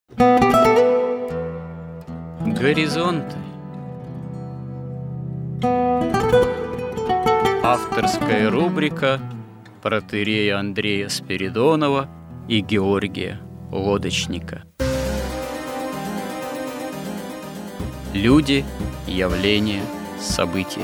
Горизонты. Авторская рубрика протоиерея Андрея Спиридонова и Георгия Лодочника. Люди, явления, события.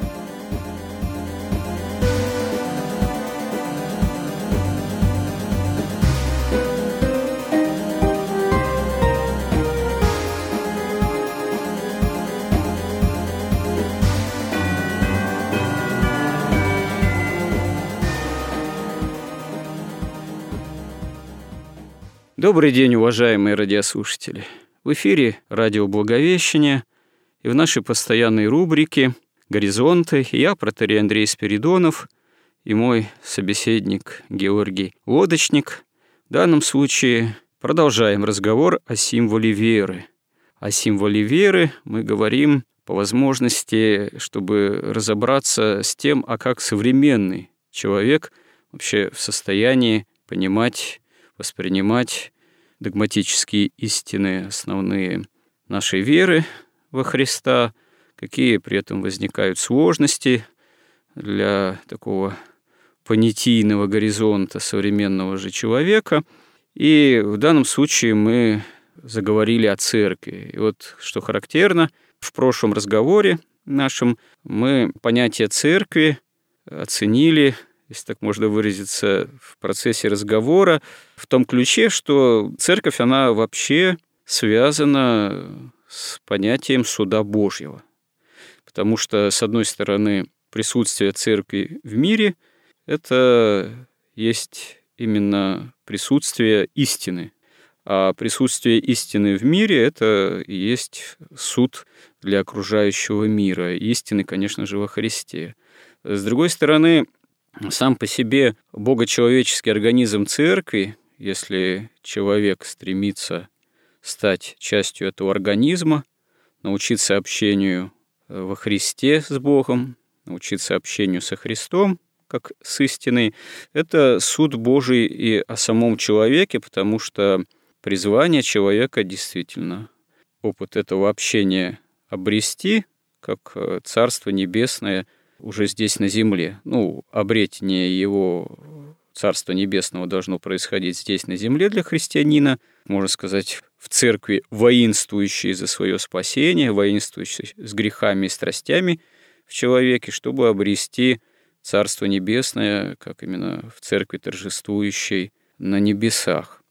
Добрый день, уважаемые радиослушатели! В эфире радио Благовещение, и в нашей постоянной рубрике «Горизонты» я, протоиерей Андрей Спиридонов, и мой собеседник Георгий Лодочник. В данном случае продолжаем разговор о символе веры. О символе веры мы говорим по возможности, чтобы разобраться с тем, а как современный человек вообще в состоянии понимать, воспринимать догматические истины основные нашей веры во Христа, какие при этом возникают сложности для такого понятийного горизонта современного же человека. И в данном случае мы заговорили о церкви. И вот что характерно, в прошлом разговоре нашем мы понятие церкви оценили, если так можно выразиться, в процессе разговора, в том ключе, что церковь, она вообще связана с понятием суда Божьего. Потому что, с одной стороны, присутствие церкви в мире – это есть именно присутствие истины. А присутствие истины в мире – это и есть суд для окружающего мира. Истины, конечно же, во Христе. С другой стороны, сам по себе богочеловеческий организм церкви, если человек стремится стать частью этого организма, научиться общению во Христе с Богом, научиться общению со Христом, как с истиной, это суд Божий и о самом человеке, потому что призвание человека действительно опыт этого общения обрести, как Царство Небесное уже здесь на земле. Обретение его Царства Небесного должно происходить здесь на земле для христианина, можно сказать, в церкви, воинствующей за свое спасение, воинствующей с грехами и страстями в человеке, чтобы обрести Царство Небесное, как именно в церкви торжествующей на небесах.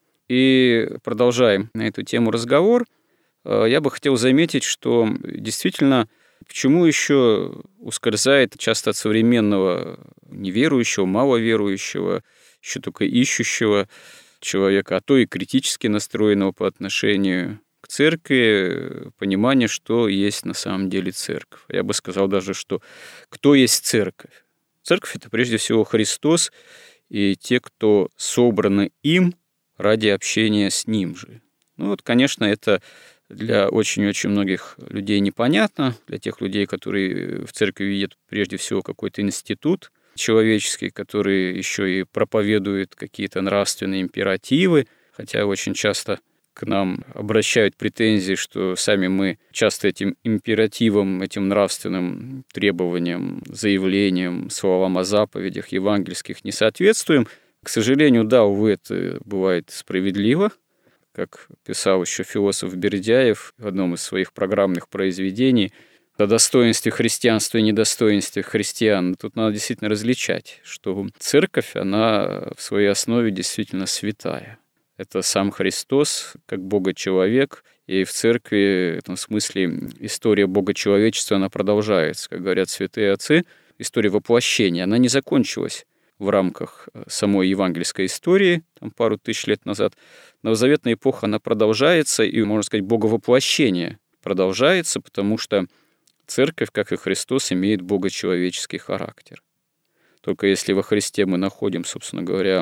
И продолжаем на эту тему разговор. Я бы хотел заметить, что действительно, почему еще ускользает часто от современного неверующего, маловерующего, еще только ищущего человека, а то и критически настроенного по отношению к церкви, понимание, что есть на самом деле церковь. Я бы сказал даже, что кто есть церковь? Церковь – это прежде всего Христос и те, кто собраны им ради общения с Ним же. Конечно, это для очень-очень многих людей непонятно, для тех людей, которые в церкви видят прежде всего какой-то институт человеческий, который еще и проповедует какие-то нравственные императивы, хотя очень часто к нам обращают претензии, что сами мы часто этим императивам, этим нравственным требованиям, заявлениям, словам о заповедях евангельских не соответствуем. К сожалению, да, увы, это бывает справедливо, как писал еще философ Бердяев в одном из своих программных произведений о достоинстве христианства и недостоинстве христиан. Тут надо действительно различать, что церковь, она в своей основе действительно святая. Это сам Христос, как Бога-человек, и в церкви, в этом смысле, история богочеловечества, она продолжается. Как говорят святые отцы, история воплощения, она не закончилась в рамках самой евангельской истории, пару тысяч лет назад. Новозаветная эпоха, она продолжается, и, можно сказать, боговоплощение продолжается, потому что церковь, как и Христос, имеет богочеловеческий характер. Только если во Христе мы находим, собственно говоря,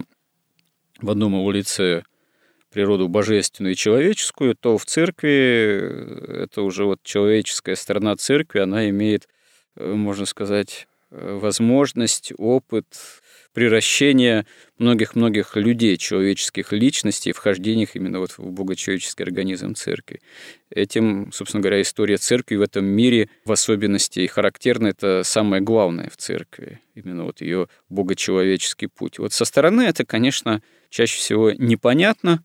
в одном его лице природу божественную и человеческую, то в церкви это уже человеческая сторона церкви, она имеет, можно сказать, возможность, опыт приращения многих-многих людей, человеческих личностей, вхождения их именно вот в богочеловеческий организм церкви. Этим, собственно говоря, история церкви в этом мире в особенности и характерна, это самое главное в церкви, именно вот ее богочеловеческий путь. Вот со стороны это, конечно, чаще всего непонятно,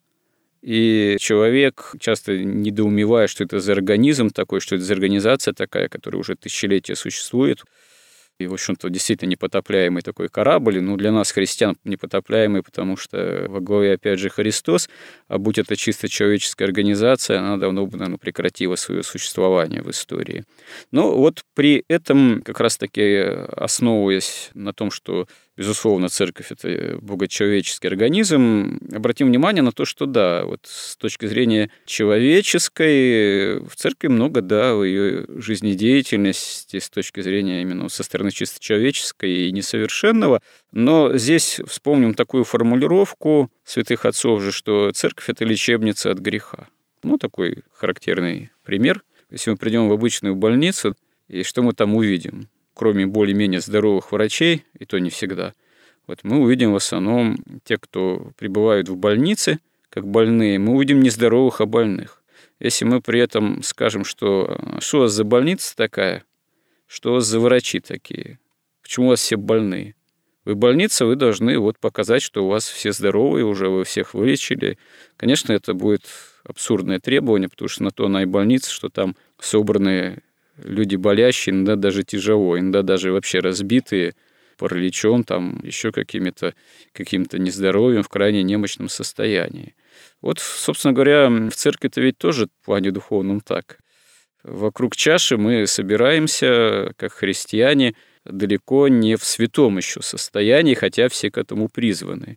и человек, часто недоумевая, что это за организм такой, что это за организация такая, которая уже тысячелетия существует, и, в общем-то, действительно непотопляемый такой корабль, ну, для нас, христиан, непотопляемый, потому что во главе, опять же, Христос, а будь это чисто человеческая организация, она давно бы, наверное, прекратила свое существование в истории. Но вот при этом, как раз-таки основываясь на том, что, безусловно, церковь – это богочеловеческий организм, обратим внимание на то, что, да, вот с точки зрения человеческой, в церкви много, да, в ее жизнедеятельности, с точки зрения именно со стороны чисто человеческой и несовершенного. Но здесь вспомним такую формулировку святых отцов же, что церковь – это лечебница от греха. Ну, такой характерный пример. Если мы придем в обычную больницу, и что мы там увидим? Кроме более-менее здоровых врачей, и то не всегда, вот мы увидим в основном те, кто пребывают в больнице, как больные, мы увидим не здоровых, а больных. Если мы при этом скажем, что у вас за больница такая, что у вас за врачи такие, почему у вас все больные? Вы больница, вы должны вот показать, что у вас все здоровые уже, вы всех вылечили. Конечно, это будет абсурдное требование, потому что на то она и больница, что там собраны люди болящие, иногда даже тяжело, иногда даже вообще разбитые, параличом, там, еще каким-то нездоровьем, в крайне немощном состоянии. Вот, собственно говоря, в церкви-то ведь тоже в плане духовном так. Вокруг чаши мы собираемся, как христиане, далеко не в святом еще состоянии, хотя все к этому призваны.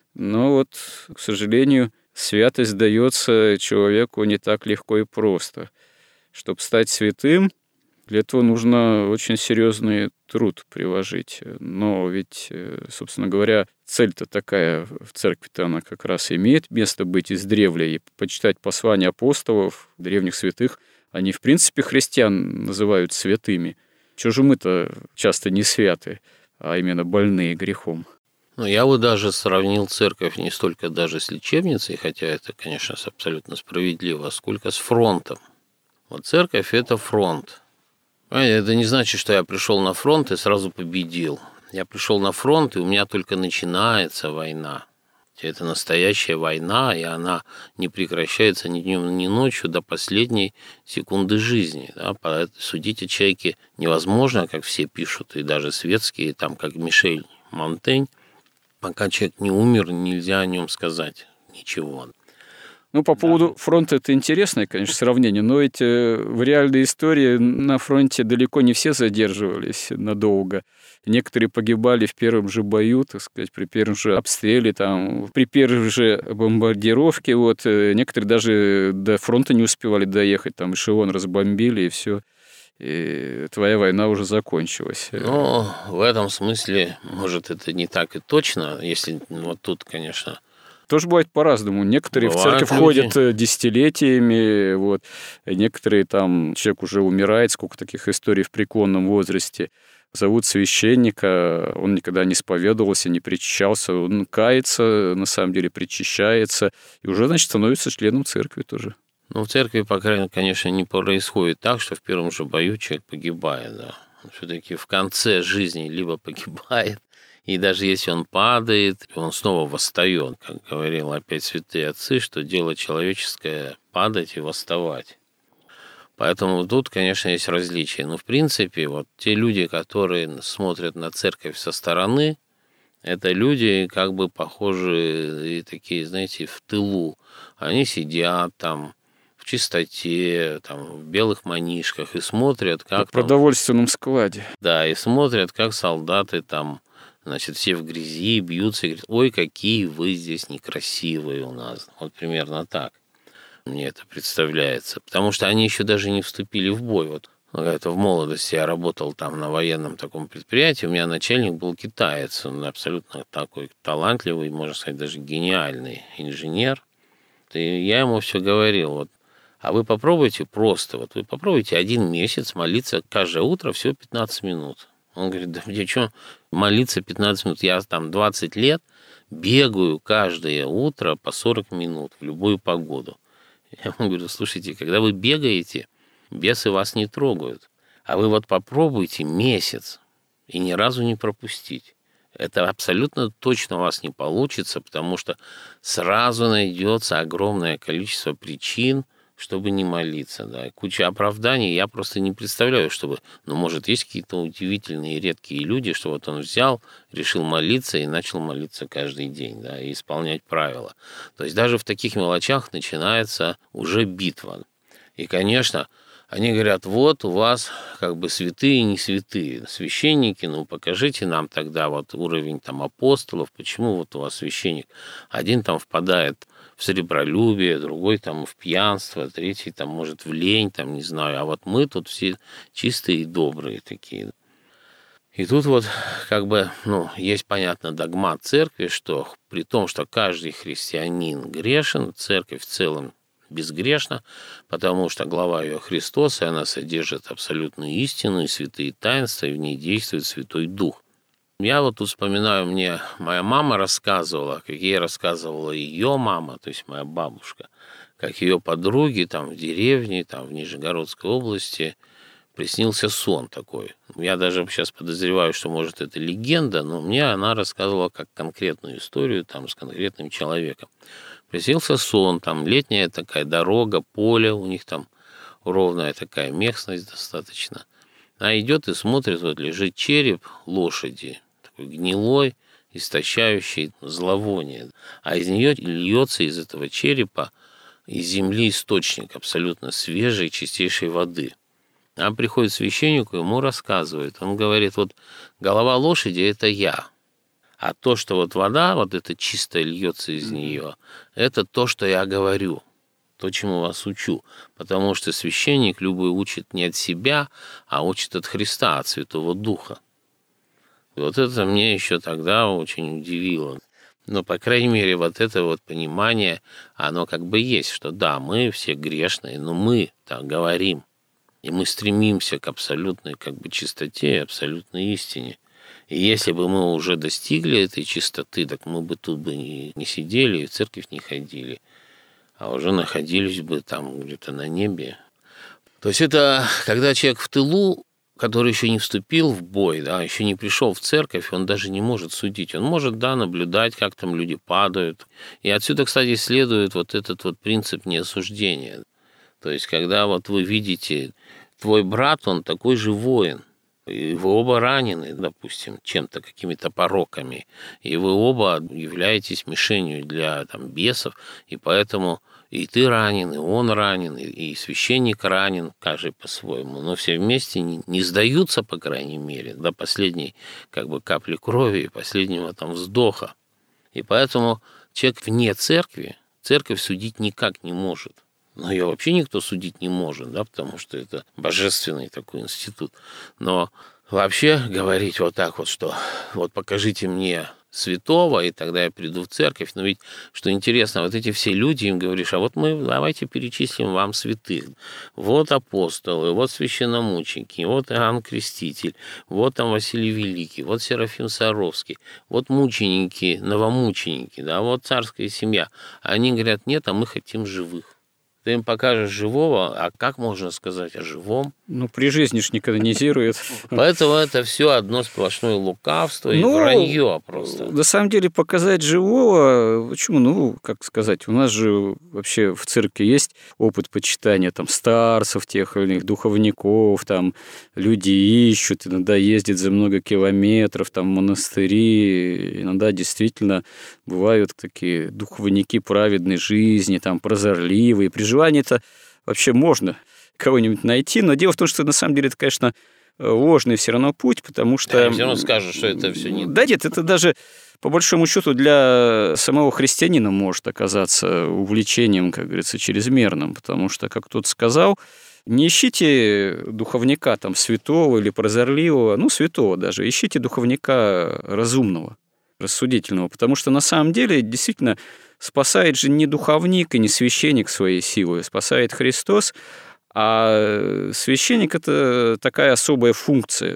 Но вот, к сожалению, святость дается человеку не так легко и просто. Чтобы стать святым, для этого нужно очень серьезный труд приложить. Но ведь, собственно говоря, цель-то такая в церкви-то она как раз имеет место быть издревле. И почитать послания апостолов, древних святых, они, в принципе, христиан называют святыми. Чего же мы-то часто не святы, а именно больные грехом? Ну, я бы даже сравнил церковь не столько даже с лечебницей, хотя это, конечно, абсолютно справедливо, сколько с фронтом. Вот церковь – это фронт. Это не значит, что я пришел на фронт и сразу победил. Я пришел на фронт, и у меня только начинается война. Это настоящая война, и она не прекращается ни днем, ни ночью до последней секунды жизни. Да? Судить о человеке невозможно, как все пишут, и даже светские, там, как Мишель Монтень. Пока человек не умер, нельзя о нем сказать ничего. Ну, по поводу фронта это интересное, конечно, сравнение, но ведь в реальной истории на фронте далеко не все задерживались надолго. Некоторые погибали в первом же бою, так сказать, при первом же обстреле, там, при первой же бомбардировке. Вот. Некоторые даже до фронта не успевали доехать, там эшелон разбомбили, и все. И твоя война уже закончилась. Ну, в этом смысле, может, это не так и точно, если вот тут, конечно... Тоже бывает по-разному. Некоторые в церковь ходят десятилетиями, вот. Некоторые там, человек уже умирает, сколько таких историй в преклонном возрасте. Зовут священника, он никогда не исповедовался, не причащался, он кается, на самом деле причащается, и уже, значит, становится членом церкви тоже. Ну, в церкви, по крайней мере, конечно, не происходит так, что в первом же бою человек погибает, да. Все-таки в конце жизни либо погибает, и даже если он падает, он снова восстает, как говорил опять святые отцы, что дело человеческое – падать и восставать. Поэтому тут, конечно, есть различия. Но, в принципе, вот те люди, которые смотрят на церковь со стороны, это люди, как бы похожие и такие, знаете, в тылу. Они сидят там в чистоте, там, в белых манишках и смотрят, как... В продовольственном складе. Да, и смотрят, как солдаты там, значит, все в грязи бьются и говорят: ой, какие вы здесь некрасивые у нас. Вот примерно так мне это представляется. Потому что они еще даже не вступили в бой. Вот это в молодости я работал там на военном таком предприятии. У меня начальник был китаец. Он абсолютно такой талантливый, можно сказать, даже гениальный инженер. И я ему все говорил: вот, а вы попробуйте просто, вот вы попробуйте 1 месяц молиться каждое утро всего 15 минут. Он говорит, да мне что, молиться 15 минут? Я там 20 лет бегаю каждое утро по 40 минут в любую погоду. Я ему говорю, слушайте, когда вы бегаете, бесы вас не трогают. А вы вот попробуйте месяц и ни разу не пропустить. Это абсолютно точно у вас не получится, потому что сразу найдется огромное количество причин, чтобы не молиться. Да. Куча оправданий. Я просто не представляю, чтобы... может, есть какие-то удивительные, редкие люди, что вот он взял, решил молиться и начал молиться каждый день, да, и исполнять правила. То есть даже в таких мелочах начинается уже битва. И, конечно, они говорят, вот у вас как бы святые и не святые. Священники, покажите нам тогда вот уровень там апостолов, почему вот у вас священник один там впадает в сребролюбие, другой там в пьянство, третий там может в лень, там не знаю, а вот мы тут все чистые и добрые такие. И тут вот как бы, есть, понятно, догмат церкви, что при том, что каждый христианин грешен, церковь в целом безгрешна, потому что глава ее Христос, и она содержит абсолютную истину и святые таинства, и в ней действует Святой Дух. Я вот тут вспоминаю, мне моя мама рассказывала, как ей рассказывала ее мама, то есть моя бабушка, как ее подруги там в деревне, там в Нижегородской области приснился сон такой. Я даже сейчас подозреваю, что, может, это легенда, но мне она рассказывала как конкретную историю там с конкретным человеком. Приснился сон, там летняя такая дорога, поле, у них там ровная такая местность достаточно. Она идет и смотрит, вот лежит череп лошади, такой гнилой, истощающий зловоние. А из нее льется из этого черепа из земли источник абсолютно свежей, чистейшей воды. Она приходит к священнику, ему рассказывает. Он говорит, вот голова лошади – это я. А то, что вот вода, вот это чистое льется из нее, это то, что я говорю, то, чему вас учу. Потому что священник любой учит не от себя, а учит от Христа, от Святого Духа. И вот это мне еще тогда очень удивило. Но, по крайней мере, вот это вот понимание, оно как бы есть, что да, мы все грешные, но мы так говорим. И мы стремимся к абсолютной как бы чистоте и абсолютной истине. И если бы мы уже достигли этой чистоты, так мы бы тут бы не сидели и в церковь не ходили, а уже находились бы там где-то на небе. То есть это когда человек в тылу, который еще не вступил в бой, да, еще не пришел в церковь, он даже не может судить. Он может, да, наблюдать, как там люди падают. И отсюда, кстати, следует вот этот вот принцип неосуждения. То есть когда вот вы видите, твой брат, он такой же воин, и вы оба ранены, допустим, чем-то, какими-то пороками, и вы оба являетесь мишенью для там, бесов, и поэтому и ты ранен, и он ранен, и священник ранен, каждый по-своему, но все вместе не сдаются, по крайней мере, до последней как бы капли крови и последнего там вздоха. И поэтому человек вне церкви, церковь судить никак не может. Но ее вообще никто судить не может, да, потому что это божественный такой институт. Но вообще говорить вот так вот, что вот покажите мне святого, и тогда я приду в церковь. Но ведь, что интересно, вот эти все люди, им говоришь, а вот мы давайте перечислим вам святых. Вот апостолы, вот священномученики, вот Иоанн Креститель, вот там Василий Великий, вот Серафим Саровский, вот мученики, новомученики, да, вот царская семья. Они говорят, нет, а мы хотим живых. Ты им покажешь живого, а как можно сказать о живом? При жизни ж не канонизирует. Поэтому это все одно сплошное лукавство и вранье просто. На самом деле показать живого, почему? Как сказать, у нас же вообще в церкви есть опыт почитания там старцев, тех или иных духовников, там люди ищут, иногда ездят за много километров, там монастыри, иногда действительно бывают такие духовники праведной жизни, там прозорливые. При желании-то вообще можно кого-нибудь найти, но дело в том, что на самом деле это, конечно, ложный все равно путь, потому что... Да, все равно скажут, что это все не... Да нет, это даже по большому счету для самого христианина может оказаться увлечением, как говорится, чрезмерным, потому что, как кто-то сказал, не ищите духовника там святого или прозорливого, святого даже, ищите духовника разумного, рассудительного, потому что на самом деле действительно спасает же не духовник и не священник своей силой, спасает Христос, а священник – это такая особая функция в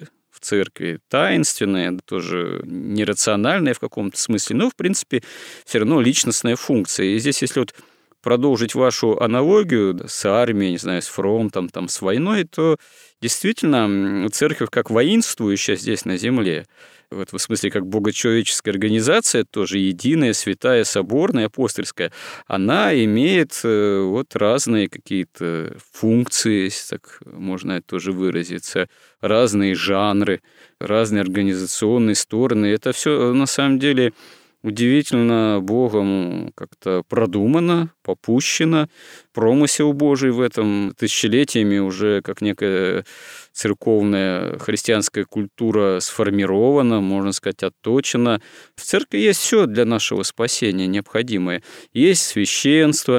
церкви таинственная, тоже нерациональная в каком-то смысле, но, в принципе, все равно личностная функция. И здесь, если вот продолжить вашу аналогию с армией, не знаю, с фронтом, там, с войной, то действительно церковь как воинствующая здесь на земле, вот в смысле как богочеловеческая организация, тоже единая, святая, соборная, апостольская, она имеет вот разные какие-то функции, если так можно тоже выразиться, разные жанры, разные организационные стороны. Это все на самом деле удивительно Богом как-то продумано, попущено, промысел Божий в этом тысячелетиями уже как некая церковная христианская культура сформирована, можно сказать, отточена. В церкви есть все для нашего спасения необходимое. Есть священство,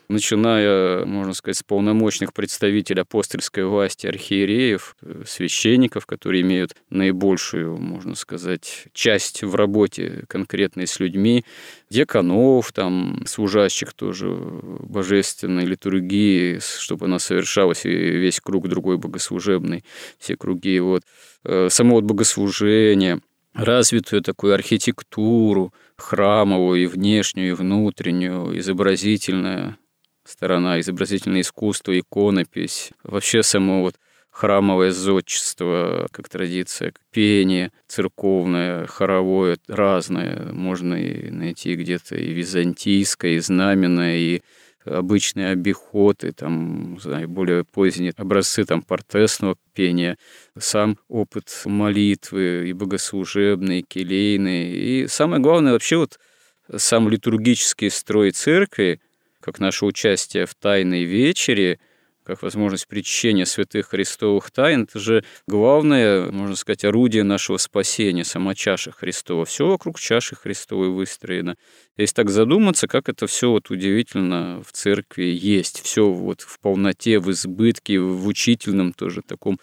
начиная, можно сказать, с полномочных представителей апостольской власти, архиереев, священников, которые имеют наибольшую, можно сказать, часть в работе конкретной с людьми, диаконов, там, служащих тоже божественной литургии, чтобы она совершалась, и весь круг другой богослужебный, все круги, вот, само вот богослужение, развитую такую архитектуру храмовую и внешнюю, и внутреннюю, изобразительную, сторона, изобразительное искусство, иконопись, вообще само вот храмовое зодчество, как традиция, пение церковное, хоровое, разное, можно и найти где-то и византийское, и знаменное, и обычные обиходы, там, не знаю, более поздние образцы там портесного пения, сам опыт молитвы и богослужебный, и келейный, и самое главное вообще вот сам литургический строй церкви, как наше участие в Тайной вечере, как возможность причащения святых Христовых тайн, это же главное, можно сказать, орудие нашего спасения, сама чаша Христова. Все вокруг чаши Христовой выстроено. Если так задуматься, как это все вот удивительно в церкви есть, все вот в полноте, в избытке, в учительном тоже таком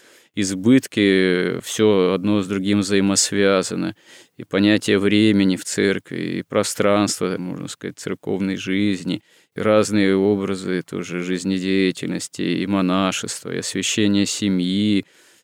избытке, все одно с другим взаимосвязано. И понятие времени в церкви, и пространство, можно сказать, церковной жизни, и разные образы тоже жизнедеятельности, и монашества, и освящение семьи,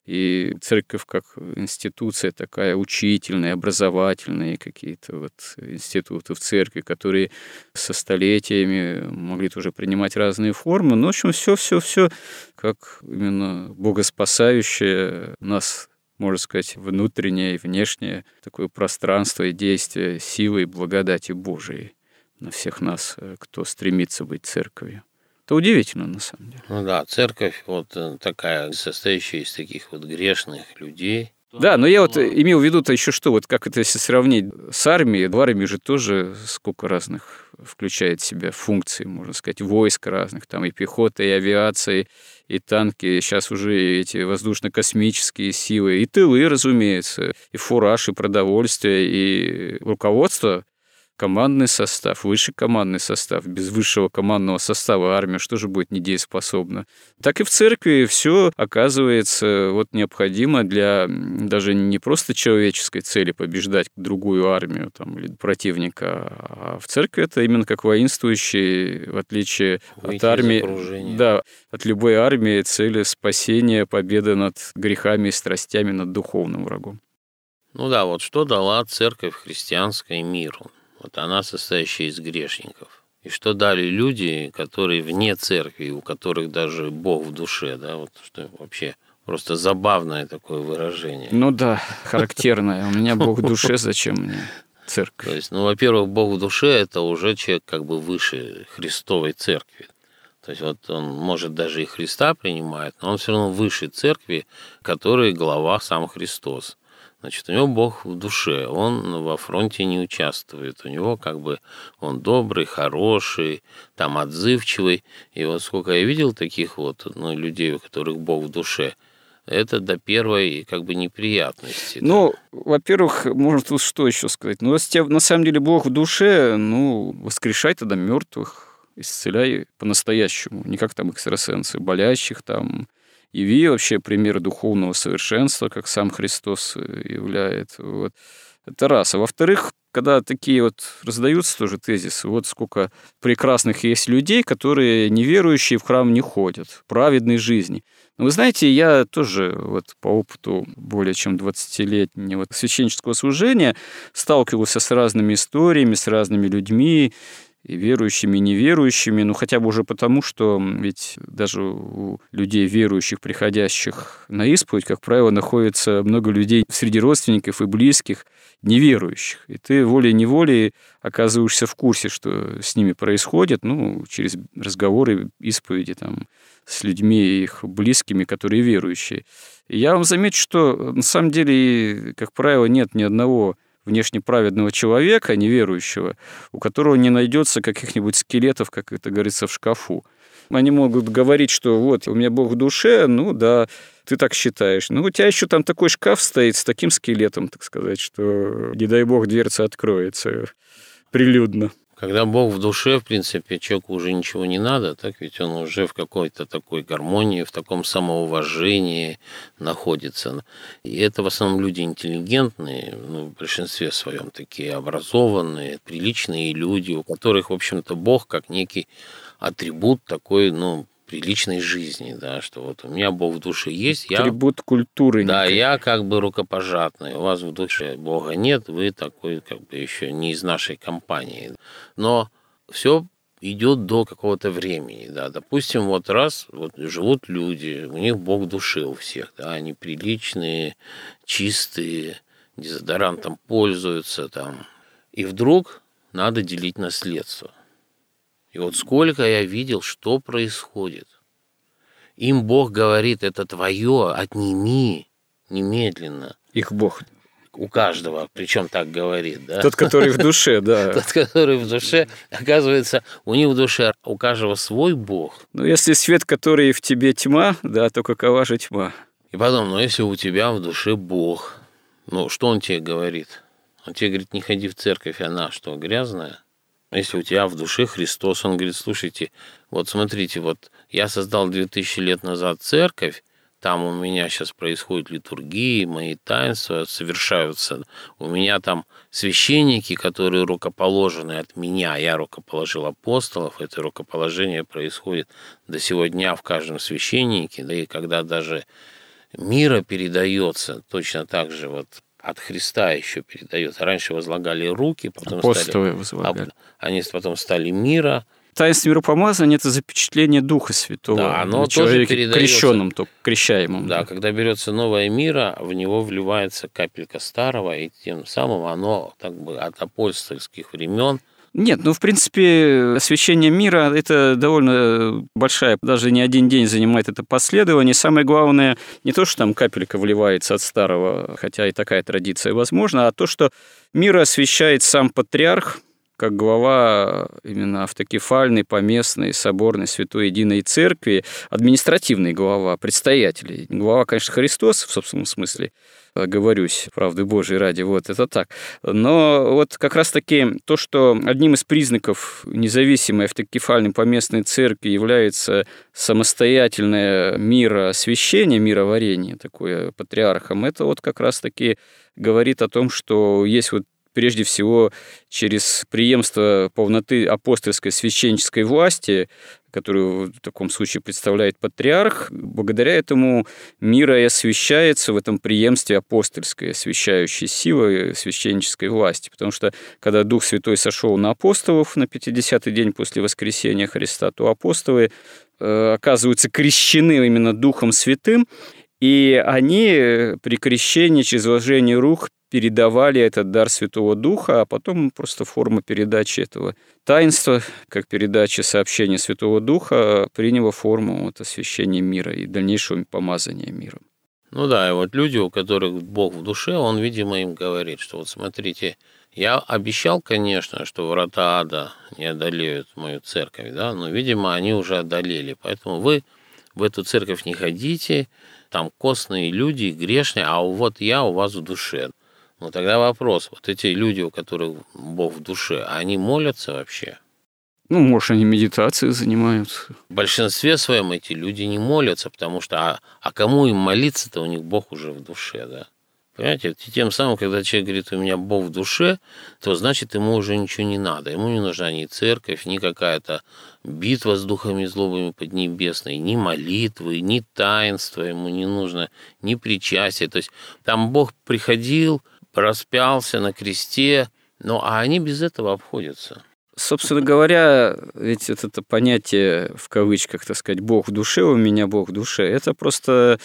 и церковь как институция такая учительная, образовательные какие-то вот институты в церкви, которые со столетиями могли тоже принимать разные формы. Но, в общем, все как именно богоспасающее нас, можно сказать, внутреннее и внешнее такое пространство и действие силы и благодати Божией на всех нас, кто стремится быть церковью. Это удивительно, на самом деле. Ну да, церковь вот такая, состоящая из таких вот грешных людей. Да, но я вот имел в виду-то еще что, вот как это если сравнить с армией, в армии же тоже сколько разных включает в себя функций, можно сказать, войск разных, там и пехота, и авиация, и танки, сейчас уже эти воздушно-космические силы, и тылы, разумеется, и фураж, и продовольствие, и руководство, командный состав, высший командный состав. Без высшего командного состава армия что же будет недееспособна? Так и в церкви все оказывается вот необходимо для даже не просто человеческой цели побеждать другую армию там, или противника, а в церкви это именно как воинствующий, в отличие от армии, да, от любой армии цели спасения, победа над грехами и страстями, над духовным врагом. Ну да, вот что дала церковь христианская миру? Вот она состоящая из грешников. И что дали люди, которые вне церкви, у которых даже Бог в душе, да, вот что вообще просто забавное такое выражение. Ну да, характерное. У меня Бог в душе, зачем мне церковь? То есть, ну, во-первых, Бог в душе – это уже человек как бы выше Христовой церкви. То есть вот он, может, даже и Христа принимает, но он все равно выше церкви, которой глава сам Христос. Значит, у него Бог в душе, он во фронте не участвует, у него как бы он добрый, хороший, там отзывчивый. И вот сколько я видел таких вот людей, у которых Бог в душе, это до первой как бы неприятности. Ну, во-первых, можно тут что еще сказать? Ну, если на самом деле Бог в душе, воскрешай тогда мертвых, исцеляй по-настоящему, не как там экстрасенсы, болящих там, яви вообще пример духовного совершенства, как сам Христос являет. Вот. Это раз. А во-вторых, когда такие вот раздаются тоже тезисы, вот сколько прекрасных есть людей, которые неверующие в храм не ходят, праведной жизни. Но вы знаете, я тоже вот по опыту более чем 20-летнего священнического служения сталкивался с разными историями, с разными людьми, и верующими, и неверующими, ну хотя бы уже потому, что ведь даже у людей верующих, приходящих на исповедь, как правило, находится много людей среди родственников и близких, неверующих. И ты волей-неволей оказываешься в курсе, что с ними происходит, ну, через разговоры, исповеди там, с людьми их близкими, которые верующие. И я вам замечу, что на самом деле, как правило, нет ни одного внешне праведного человека, неверующего, у которого не найдется каких-нибудь скелетов, как это говорится, в шкафу. Они могут говорить, что вот, у меня Бог в душе, ну да, ты так считаешь. Но у тебя еще там такой шкаф стоит с таким скелетом, так сказать, что, не дай Бог, дверца откроется прилюдно. Когда Бог в душе, в принципе, человеку уже ничего не надо, так ведь он уже в какой-то такой гармонии, в таком самоуважении находится. И это в основном люди интеллигентные, ну, в большинстве своем такие образованные, приличные люди, у которых, в общем-то, Бог как некий атрибут такой, ну, приличной жизни, да, что вот у меня Бог в душе есть, я... Атрибут культуры. Да, я как бы рукопожатный, у вас в душе Бога нет, вы такой как бы еще не из нашей компании. Но все идет до какого-то времени, да, допустим, вот раз вот живут люди, у них Бог в душе у всех, да, они приличные, чистые, дезодорантом пользуются там, и вдруг надо делить наследство. И вот сколько я видел, что происходит. Им Бог говорит, это твое, отними немедленно. Их Бог. У каждого, причем так говорит, да? Тот, который в душе, да. Тот, который в душе, оказывается, у них в душе у каждого свой Бог. Ну, если свет, который в тебе тьма, да, то какова же тьма? И потом, ну, если у тебя в душе Бог, ну, что он тебе говорит? Он тебе говорит, не ходи в церковь, она что, грязная? Если у тебя в душе Христос, он говорит, слушайте, вот смотрите, вот я создал 2000 лет назад церковь, там у меня сейчас происходят литургии, мои таинства совершаются, у меня там священники, которые рукоположены от меня, я рукоположил апостолов, это рукоположение происходит до сего дня в каждом священнике, да и когда даже мира передается, точно так же вот от Христа еще передается. Раньше возлагали руки, потом апостолы возлагали. Они потом стали мира. Таинство миропомазания – это запечатление Духа Святого. Да, оно тоже передается крещенным, только крещаемым. Да, когда берется новое мира, в него вливается капелька старого, и тем самым оно так бы от апостольских времен. Нет, ну, в принципе, освящение мира – это довольно большая, даже не один день занимает это последование. Самое главное не то, что там капелька вливается от старого, хотя и такая традиция возможна, а то, что мир освящает сам патриарх, как глава именно автокефальной, поместной, соборной, святой единой церкви, административный глава, предстоятель. Глава, конечно, Христос, в собственном смысле, говорюсь, правды Божией ради, вот это так. Но вот как раз-таки то, что одним из признаков независимой автокефальной поместной церкви является самостоятельное мироосвящение, мироварение такое патриархом, это вот как раз-таки говорит о том, что есть вот прежде всего через преемство полноты апостольской священнической власти, которую в таком случае представляет патриарх, благодаря этому мир и освящается в этом преемстве апостольской освящающей силы священнической власти. Потому что когда Дух Святой сошел на апостолов на 50-й день после воскресения Христа, то апостолы оказываются крещены именно Духом Святым, и они при крещении через вложение рук передавали этот дар Святого Духа, а потом просто форма передачи этого таинства, как передача сообщения Святого Духа, приняла форму вот освящения мира и дальнейшего помазания миром. Ну да, и вот люди, у которых Бог в душе, он, видимо, им говорит, что вот смотрите, я обещал, конечно, что врата ада не одолеют мою церковь, да, но, видимо, они уже одолели, поэтому вы в эту церковь не ходите, там костные люди, грешные, а вот я у вас в душе. Ну, тогда вопрос, вот эти люди, у которых Бог в душе, они молятся вообще? Ну, может, они медитацией занимаются. В большинстве своем эти люди не молятся, потому что, а кому им молиться-то, у них Бог уже в душе, да? Понимаете, тем самым, когда человек говорит, у меня Бог в душе, то значит, ему уже ничего не надо. Ему не нужна ни церковь, ни какая-то битва с духами злобами поднебесной, ни молитвы, ни таинства, ему не нужно, ни причастия. То есть там Бог приходил, распялся на кресте, а они без этого обходятся. Собственно говоря, ведь это понятие, в кавычках, так сказать, «Бог в душе», «у меня Бог в душе», это просто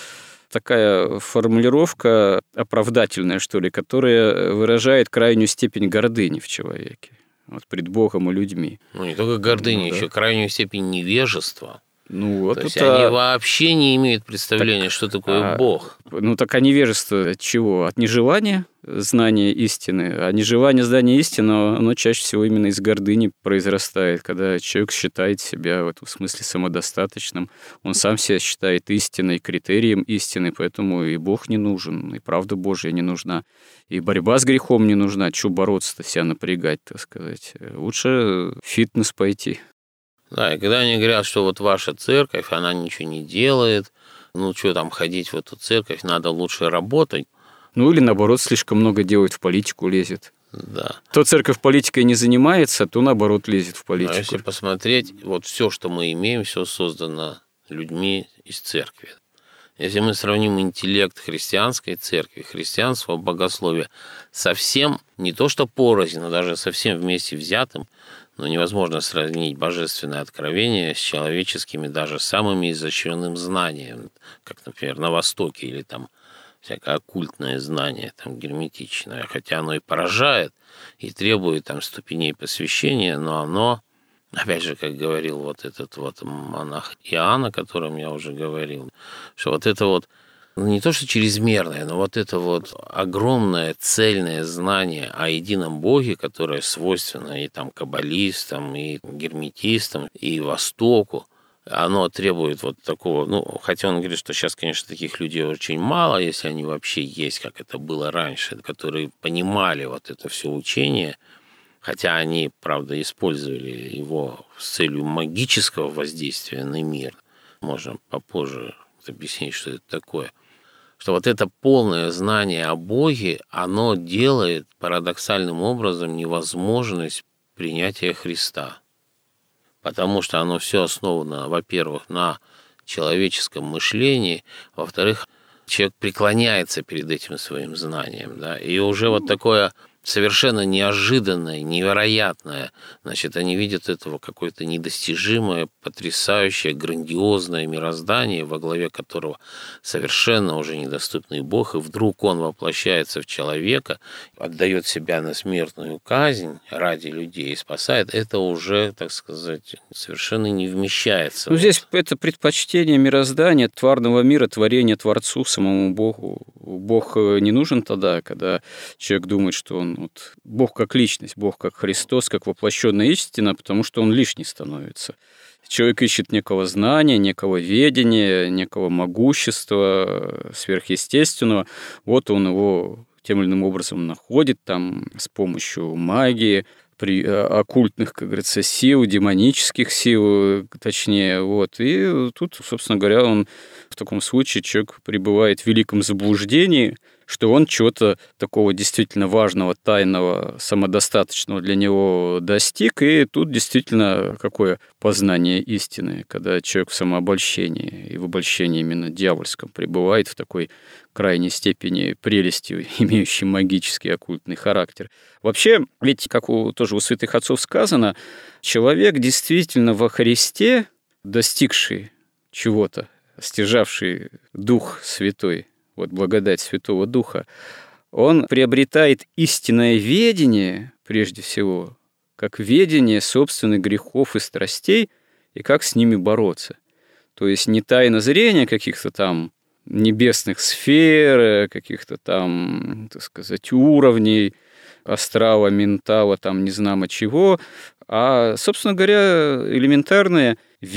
такая формулировка оправдательная, что ли, которая выражает крайнюю степень гордыни в человеке, пред Богом и людьми. Не только гордыни, еще крайнюю степень невежества. То есть они вообще не имеют представления, что такое Бог. Так а невежество от чего? От нежелания знания истины. А нежелание знания истины, оно чаще всего именно из гордыни произрастает, когда человек считает себя в этом смысле самодостаточным. Он сам себя считает истиной, критерием истины, поэтому и Бог не нужен, и правда Божья не нужна, и борьба с грехом не нужна. Чего бороться-то, себя напрягать, так сказать? Лучше в фитнес пойти. Да, и когда они говорят, что ваша церковь, она ничего не делает, что там ходить в эту церковь, надо лучше работать. Или, наоборот, слишком много делает, в политику лезет. Да. То церковь политикой не занимается, то, наоборот, лезет в политику. Если посмотреть, все, что мы имеем, все создано людьми из церкви. Если мы сравним интеллект христианской церкви, христианского богословия, совсем не то что порознь, но даже совсем вместе взятым, невозможно сравнить божественное откровение с человеческими, даже самыми изощренным знанием, как, например, на Востоке, или там всякое оккультное знание, там герметичное, хотя оно и поражает, и требует там ступеней посвящения, но оно, опять же, как говорил этот монах Иоанн, о котором я уже говорил, что это не то что чрезмерное, но это огромное цельное знание о едином Боге, которое свойственно и каббалистам, и герметистам, и Востоку, оно требует такого, хотя он говорит, что сейчас, конечно, таких людей очень мало, если они вообще есть, как это было раньше, которые понимали это все учение, хотя они, правда, использовали его с целью магического воздействия на мир. Можно попозже объяснить, что это такое. Что это полное знание о Боге, оно делает парадоксальным образом невозможность принятия Христа. Потому что оно все основано, во-первых, на человеческом мышлении, во-вторых, человек преклоняется перед этим своим знанием, и уже такое совершенно неожиданное, невероятное, они видят этого какое-то недостижимое, потрясающее, грандиозное мироздание, во главе которого совершенно уже недоступный Бог, и вдруг он воплощается в человека, отдает себя на смертную казнь ради людей и спасает, это уже, так сказать, совершенно не вмещается. Здесь это предпочтение мироздания, тварного мира, творения Творцу, самому Богу. Бог не нужен тогда, когда человек думает, что он Бог как личность, Бог как Христос, как воплощенная истина, потому что он лишний становится. Человек ищет некого знания, некого ведения, некого могущества сверхъестественного. Он его тем или иным образом находит с помощью магии, при оккультных, как говорится, сил, демонических сил, точнее. И тут, собственно говоря, в таком случае человек пребывает в великом заблуждении, что он чего-то такого действительно важного, тайного, самодостаточного для него достиг, и тут действительно какое познание истины, когда человек в самообольщении и в обольщении именно дьявольском пребывает в такой крайней степени прелести, имеющей магический оккультный характер. Вообще, ведь, как тоже у святых отцов сказано, человек действительно во Христе, достигший чего-то, стяжавший Дух Святой, благодать Святого Духа, он приобретает истинное ведение, прежде всего, как ведение собственных грехов и страстей, и как с ними бороться. То есть не тайна зрения каких-то небесных сфер, каких-то так сказать, уровней астрала, ментала, не знамо чего, а, собственно говоря, элементарное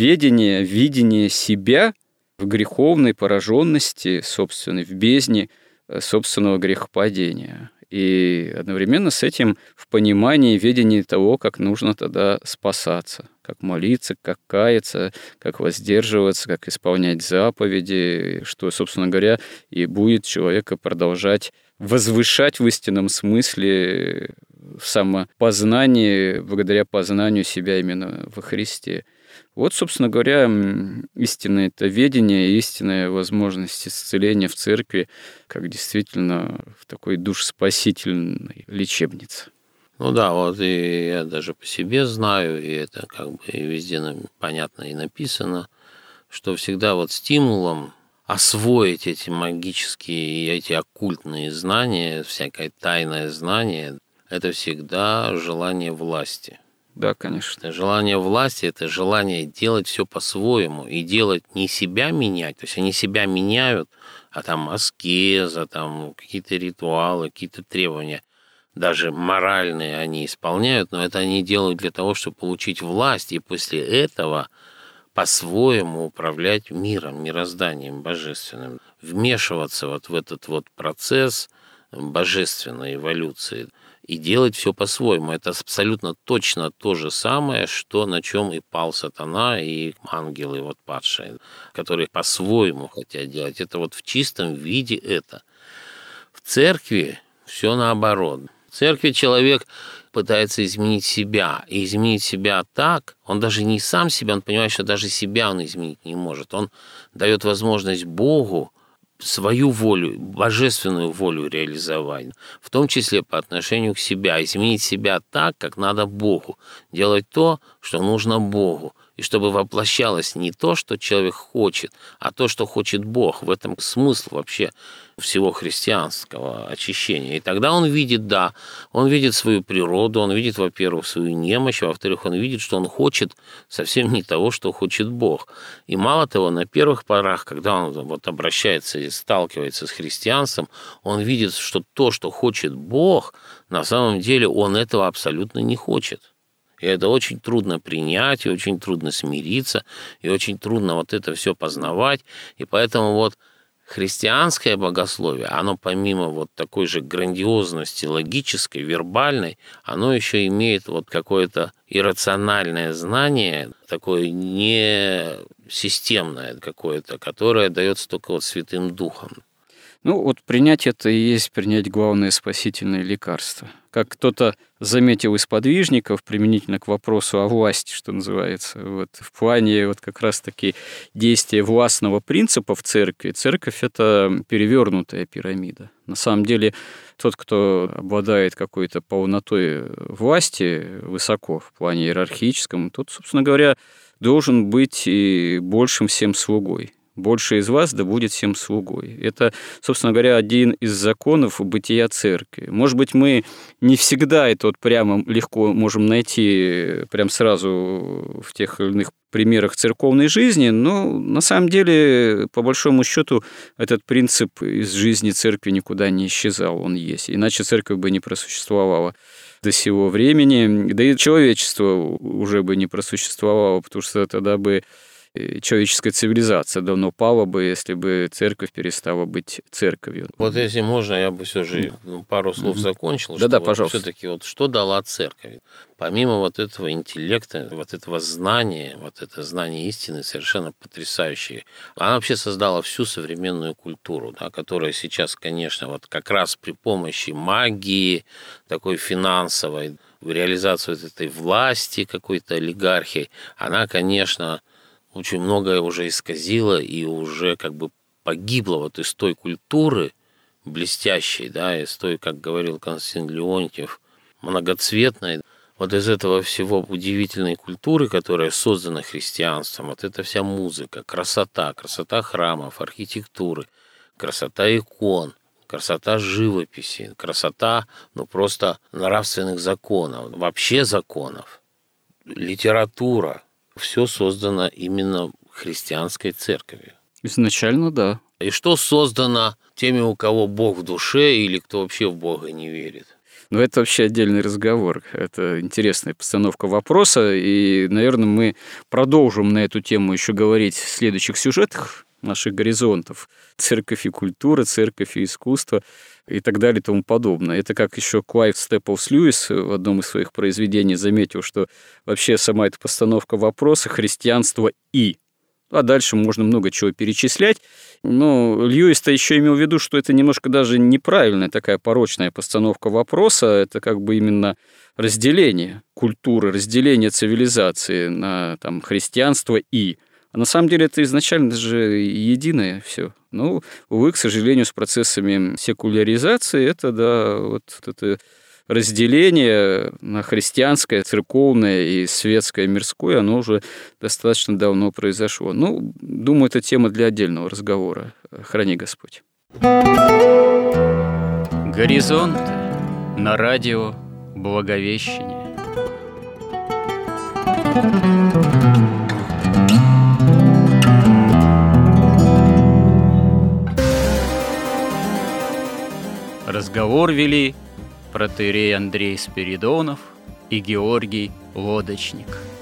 видение себя в греховной пораженности собственной, в бездне собственного грехопадения. И одновременно с этим в понимании, ведении того, как нужно тогда спасаться, как молиться, как каяться, как воздерживаться, как исполнять заповеди, что, собственно говоря, и будет человека продолжать возвышать в истинном смысле в самопознании, благодаря познанию себя именно во Христе. Вот, собственно говоря, истинное это видение, истинная возможность исцеления в церкви, как действительно в такой душеспасительной лечебнице. Ну да, вот и я даже по себе знаю, и это как бы везде понятно и написано, что всегда вот стимулом освоить эти магические и эти оккультные знания, всякое тайное знание, это всегда желание власти. Да, конечно. Это желание власти, это желание делать все по-своему и делать не себя менять, то есть они себя меняют, а там аскеза, там какие-то ритуалы, какие-то требования, даже моральные они исполняют, но это они делают для того, чтобы получить власть, и после этого по-своему управлять миром, мирозданием божественным, вмешиваться вот в этот вот процесс божественной эволюции и делать все по-своему. Это абсолютно точно то же самое, что на чем и пал сатана и ангелы вот падшие, которые по-своему хотят делать. Это вот в чистом виде это. В церкви все наоборот. В церкви человек пытается изменить себя. И изменить себя так, он даже не сам себя, он понимает, что даже себя он изменить не может. Он дает возможность Богу свою волю, божественную волю реализовать, в том числе по отношению к себе, изменить себя так, как надо Богу, делать то, что нужно Богу, и чтобы воплощалось не то, что человек хочет, а то, что хочет Бог. В этом смысл вообще всего христианского очищения. И тогда он видит, да, он видит свою природу, он видит, во-первых, свою немощь, во-вторых, он видит, что он хочет совсем не того, что хочет Бог. И мало того, на первых порах, когда он вот обращается и сталкивается с христианством, он видит, что то, что хочет Бог, на самом деле он этого абсолютно не хочет. И это очень трудно принять, и очень трудно смириться, и очень трудно вот это все познавать. И поэтому вот христианское богословие, оно помимо вот такой же грандиозности логической, вербальной, оно еще имеет вот какое-то иррациональное знание, такое не системное какое-то, которое дается только вот Святым Духом. Ну, вот принять это и есть принять главное спасительное лекарство. Как кто-то заметил из подвижников, применительно к вопросу о власти, что называется, вот, в плане вот как раз-таки действия властного принципа в церкви. Церковь – это перевернутая пирамида. На самом деле, тот, кто обладает какой-то полнотой власти высоко в плане иерархическом, тот, собственно говоря, должен быть и большим всем слугой. «Больше из вас да будет всем слугой». Это, собственно говоря, один из законов бытия церкви. Может быть, мы не всегда это вот прямо легко можем найти прям сразу в тех или иных примерах церковной жизни, но на самом деле, по большому счету, этот принцип из жизни церкви никуда не исчезал, он есть. Иначе церковь бы не просуществовала до сего времени, да и человечество уже бы не просуществовало, потому что тогда бы человеческая цивилизация давно пала бы, если бы церковь перестала быть церковью. Вот если можно, я бы все же пару слов закончил. Да-да, вот пожалуйста. Все-таки вот что дала церковь? Помимо вот этого интеллекта, вот этого знания, вот это знание истины совершенно потрясающее, она вообще создала всю современную культуру, да, которая сейчас, конечно, вот как раз при помощи магии, такой финансовой, реализации вот этой власти какой-то олигархии, она, конечно, очень многое уже исказило и уже как бы погибло вот из той культуры блестящей, да, из той, как говорил Константин Леонтьев, многоцветной, вот из этого всего удивительной культуры, которая создана христианством, вот эта вся музыка, красота храмов, архитектуры, красота икон, красота живописи, красота, ну, просто нравственных законов, вообще законов, литература. Все создано именно христианской церковью. Изначально, да. И что создано теми, у кого Бог в душе или кто вообще в Бога не верит? Но это вообще отдельный разговор. Это интересная постановка вопроса, и, наверное, мы продолжим на эту тему еще говорить в следующих сюжетах наших горизонтов. Церковь и культура, церковь и искусство и так далее и тому подобное. Это как еще Клайв Степлс Льюис в одном из своих произведений заметил, что вообще сама эта постановка вопроса христианство и. А дальше можно много чего перечислять. Но Льюис-то еще имел в виду, что это немножко даже неправильная такая порочная постановка вопроса. Это как бы именно разделение культуры, разделение цивилизации на там, христианство и... А на самом деле это изначально же единое все. Но, увы, к сожалению, с процессами секуляризации это, да, вот это разделение на христианское, церковное и светское, мирское, оно уже достаточно давно произошло. Ну, думаю, это тема для отдельного разговора. Храни Господь. Горизонт на радио Благовещение. Разговор вели протоиерей Андрей Спиридонов и Георгий Лодочник.